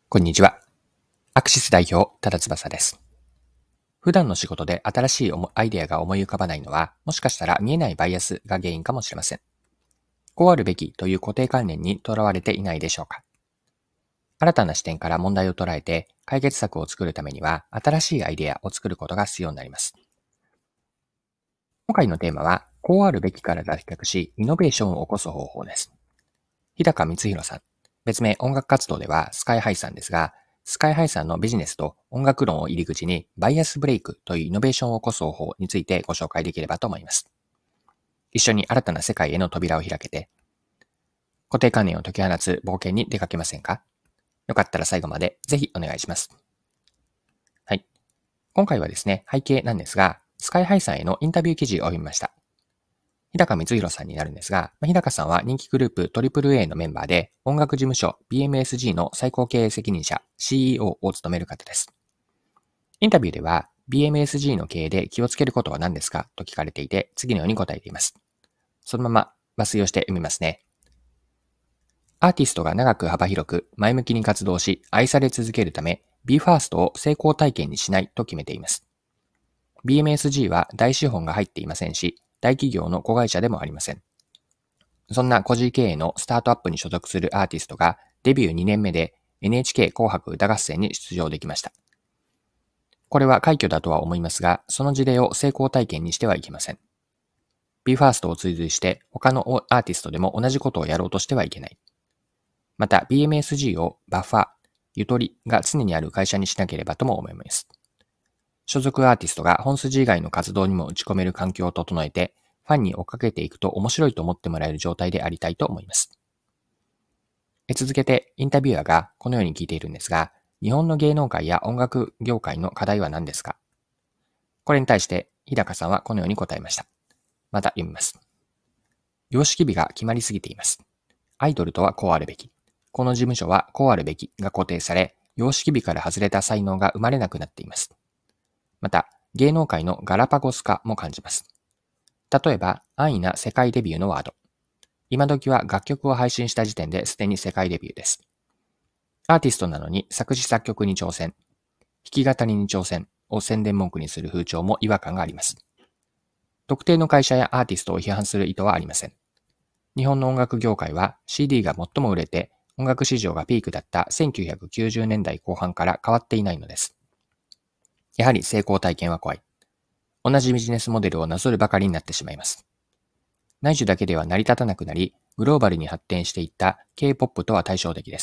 こんにちは。アクシス代表、多田翼です。普段の仕事で新しいアイデアが思い浮かばないのは、もしかしたら見えないバイアスが原因かもしれません。こうあるべきという固定観念にとらわれていないでしょうか。新たな視点から問題を捉えて解決策を作るためには、新しいアイデアを作ることが必要になります。今回のテーマは、こうあるべきから脱却し、イノベーションを起こす方法です。日高光弘さん、別名音楽活動ではスカイハイさんですが、スカイハイさんのビジネスと音楽論を入り口にバイアスブレイクというイノベーションを起こす方法についてご紹介できればと思います。一緒に新たな世界への扉を開けて、固定観念を解き放つ冒険に出かけませんか？よかったら最後までぜひお願いします。はい。今回はですね、背景なんですが、スカイハイさんへのインタビュー記事を読みました。日高光弘さんになるんですが、日高さんは人気グループ AAA のメンバーで、音楽事務所 BMSG の最高経営責任者 CEO を務める方です。インタビューでは、BMSG の経営で気をつけることは何ですかと聞かれていて、次のように答えています。そのまま抜粋をして読みますね。アーティストが長く幅広く前向きに活動し、愛され続けるため、BE:FIRST を成功体験にしないと決めています。BMSG は大資本が入っていませんし、大企業の子会社でもありません。そんな個人経営のスタートアップに所属するアーティストがデビュー2年目で NHK 紅白歌合戦に出場できました。これは快挙だとは思いますが、その事例を成功体験にしてはいけません。BE:FIRST を追随して他のアーティストでも同じことをやろうとしてはいけない。また BMSG をバッファー、ゆとりが常にある会社にしなければとも思います。所属アーティストが本筋以外の活動にも打ち込める環境を整えて、ファンに追っかけていくと面白いと思ってもらえる状態でありたいと思います。続けてインタビュアーがこのように聞いているんですが、日本の芸能界や音楽業界の課題は何ですか？これに対して日高さんはこのように答えました。また読みます。様式美が決まりすぎています。アイドルとはこうあるべき。この事務所はこうあるべきが固定され、様式美から外れた才能が生まれなくなっています。また、芸能界のガラパゴス化も感じます。例えば、安易な世界デビューのワード。今時は楽曲を配信した時点ですでに世界デビューです。アーティストなのに作詞作曲に挑戦、弾き語りに挑戦を宣伝文句にする風潮も違和感があります。特定の会社やアーティストを批判する意図はありません。日本の音楽業界は CD が最も売れて音楽市場がピークだった1990年代後半から変わっていないのです。やはり成功体験は怖い。同じビジネスモデルをなぞるばかりになってしまいます。内需だけでは成り立たなくなり、グローバルに発展していった K-POP とは対照的です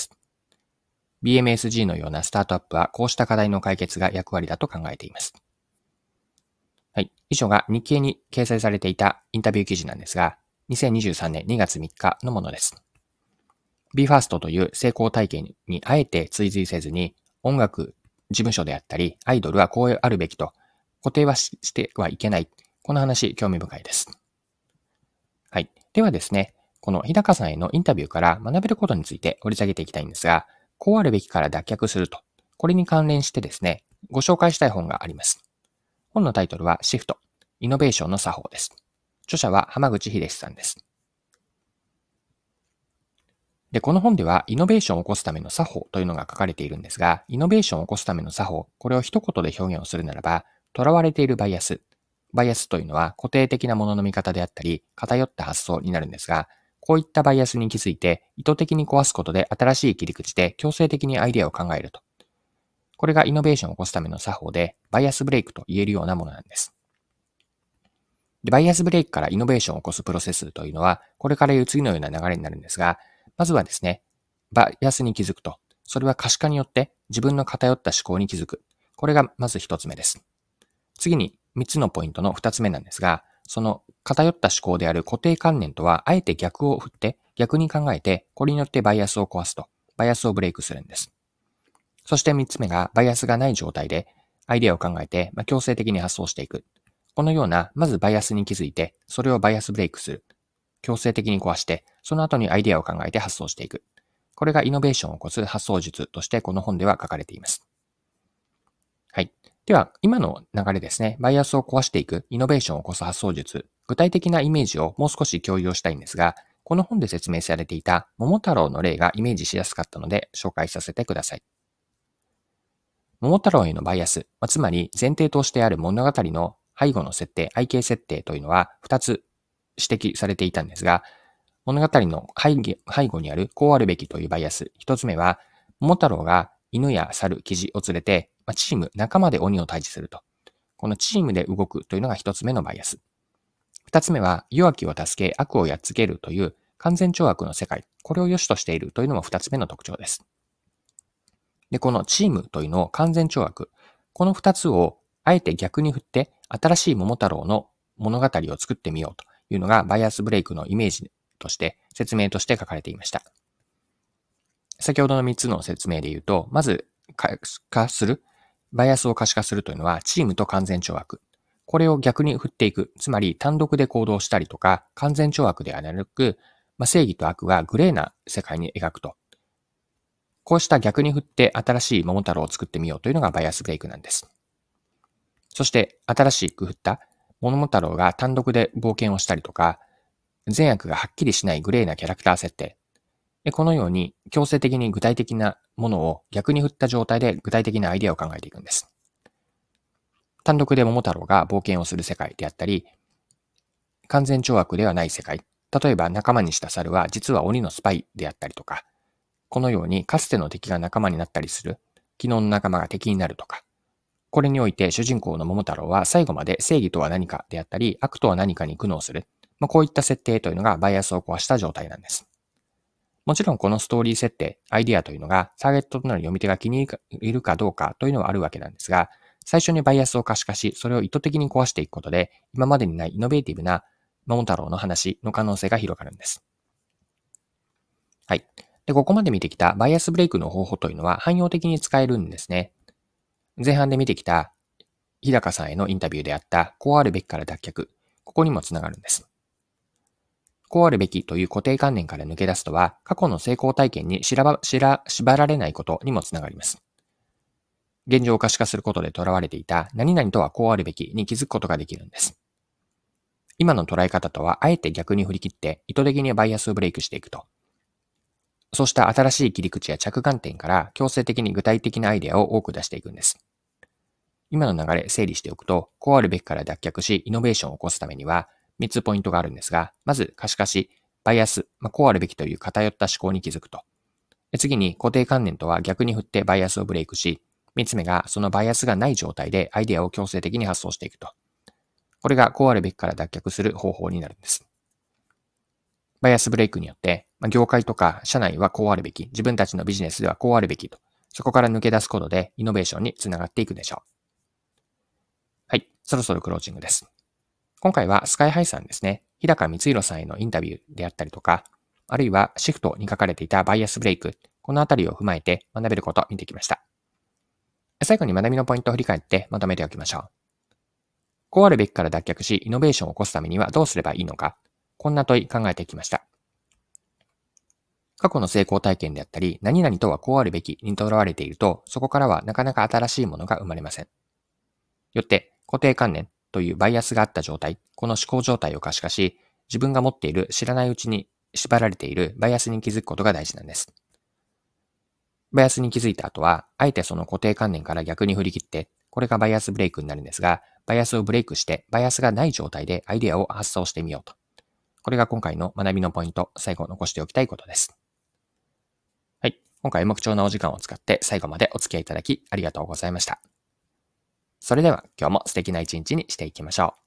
。BMSG のようなスタートアップはこうした課題の解決が役割だと考えています。はい。以上が日経に掲載されていたインタビュー記事なんですが、2023年2月3日のものです。BE:FIRST という成功体験にあえて追随せずに、音楽事務所であったり、アイドルはこうあるべきと固定はしてはいけない。この話、興味深いです。はい。ではですね、この日高さんへのインタビューから学べることについて掘り下げていきたいんですが、こうあるべきから脱却すると。これに関連してですね、ご紹介したい本があります。本のタイトルはシフト、イノベーションの作法です。著者は浜口秀さんです。で、この本ではイノベーションを起こすための作法というのが書かれているんですが、イノベーションを起こすための作法、これを一言で表現をするならば、囚われているバイアス。バイアスというのは固定的なものの見方であったり、偏った発想になるんですが、こういったバイアスに気づいて意図的に壊すことで新しい切り口で強制的にアイデアを考えると。これがイノベーションを起こすための作法で、バイアスブレイクと言えるようなものなんです。で、バイアスブレイクからイノベーションを起こすプロセスというのは、これから言う次のような流れになるんですが、まずはですね、バイアスに気づくと。それは可視化によって自分の偏った思考に気づく。これがまず一つ目です。次に三つのポイントの二つ目なんですが、その偏った思考である固定観念とは、あえて逆を振って、逆に考えて、これによってバイアスを壊すと。バイアスをブレイクするんです。そして三つ目が、バイアスがない状態で、アイデアを考えて、強制的に発想していく。このような、まずバイアスに気づいて、それをバイアスブレイクする。強制的に壊して、その後にアイデアを考えて発想していく。これがイノベーションを起こす発想術としてこの本では書かれています。はい。では、今の流れですね。バイアスを壊していくイノベーションを起こす発想術。具体的なイメージをもう少し共有をしたいんですが、この本で説明されていた桃太郎の例がイメージしやすかったので紹介させてください。 桃太郎へのバイアス、つまり前提としてある物語の背後の設定、背景設定というのは2つ指摘されていたんですが、物語の背後にあるこうあるべきというバイアス。1つ目は、桃太郎が犬や猿、キジを連れて、チーム、仲間で鬼を退治すると。このチームで動くというのが1つ目のバイアス。2つ目は、弱きを助け、悪をやっつけるという完全懲悪の世界。これを良しとしているというのも2つ目の特徴です。で、このチームというのを完全懲悪。この2つをあえて逆に振って、新しい桃太郎の物語を作ってみようというのがバイアスブレイクのイメージとして、説明として書かれていました。先ほどの3つの説明で言うと、まず、バイアスを可視化するというのは、チームと完全懲悪。これを逆に振っていく。つまり、単独で行動したりとか、完全懲悪ではなく、正義と悪はグレーな世界に描くと。こうした逆に振って新しい桃太郎を作ってみようというのがバイアスブレイクなんです。そして、新しく振った桃太郎が単独で冒険をしたりとか、善悪がはっきりしないグレーなキャラクター設定。このように強制的に具体的なものを逆に振った状態で具体的なアイデアを考えていくんです。単独で桃太郎が冒険をする世界であったり、完全懲悪ではない世界。例えば仲間にした猿は実は鬼のスパイであったりとか、このようにかつての敵が仲間になったりする、昨日の仲間が敵になるとか、これにおいて主人公の桃太郎は最後まで正義とは何かであったり、悪とは何かに苦悩する。こういった設定というのがバイアスを壊した状態なんです。もちろんこのストーリー設定、アイディアというのがターゲットとなる読み手が気に入るかどうかというのはあるわけなんですが、最初にバイアスを可視化し、それを意図的に壊していくことで、今までにないイノベーティブな桃太郎の話の可能性が広がるんです。はい。で、ここまで見てきたバイアスブレイクの方法というのは汎用的に使えるんですね。前半で見てきた日高さんへのインタビューであったこうあるべきから脱却。ここにもつながるんです。こうあるべきという固定観念から抜け出すとは、過去の成功体験に縛られないことにもつながります。現状を可視化することで囚われていた何々とはこうあるべきに気づくことができるんです。今の捉え方とはあえて逆に振り切って意図的にバイアスをブレイクしていくと。そうした新しい切り口や着眼点から強制的に具体的なアイデアを多く出していくんです。今の流れ整理しておくと、こうあるべきから脱却し、イノベーションを起こすためには、3つポイントがあるんですが、まず可視化し、バイアス、こうあるべきという偏った思考に気づくと。次に固定観念とは逆に振ってバイアスをブレイクし、3つ目がそのバイアスがない状態でアイデアを強制的に発想していくと。これがこうあるべきから脱却する方法になるんです。バイアスブレイクによって、業界とか社内はこうあるべき、自分たちのビジネスではこうあるべきと、そこから抜け出すことでイノベーションにつながっていくでしょう。はい、そろそろクロージングです。今回はスカイハイさんですね、日高光弘さんへのインタビューであったりとか、あるいはシフトに書かれていたバイアスブレイク、このあたりを踏まえて学べることを見てきました。最後に学びのポイントを振り返ってまとめておきましょう。こうあるべきから脱却し、イノベーションを起こすためにはどうすればいいのか、こんな問い考えてきました。過去の成功体験であったり、何々とはこうあるべきにとらわれていると、そこからはなかなか新しいものが生まれません。よって、固定観念というバイアスがあった状態、この思考状態を可視化し、自分が持っている知らないうちに縛られているバイアスに気づくことが大事なんです。バイアスに気づいた後は、あえてその固定観念から逆に振り切って、これがバイアスブレイクになるんですが、バイアスをブレイクして、バイアスがない状態でアイデアを発想してみようと。これが今回の学びのポイント、最後残しておきたいことです。はい。今回も貴重なお時間を使って最後までお付き合いいただきありがとうございました。それでは今日も素敵な一日にしていきましょう。